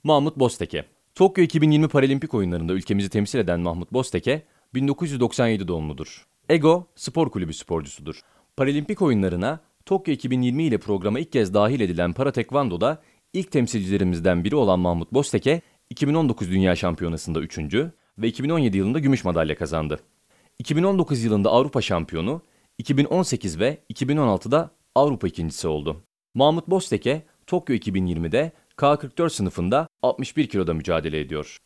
Mahmut Bozteke. Tokyo 2020 Paralimpik oyunlarında ülkemizi temsil eden Mahmut Bozteke, 1997 doğumludur. EGO Spor Kulübü sporcusudur. Paralimpik oyunlarına Tokyo 2020 ile programa ilk kez dahil edilen para tekvandoda ilk temsilcilerimizden biri olan Mahmut Bozteke, 2019 Dünya Şampiyonası'nda 3. ve 2017 yılında gümüş madalya kazandı. 2019 yılında Avrupa şampiyonu, 2018 ve 2016'da Avrupa ikincisi oldu. Mahmut Bozteke, Tokyo 2020'de K44 sınıfında 61 kiloda mücadele ediyor.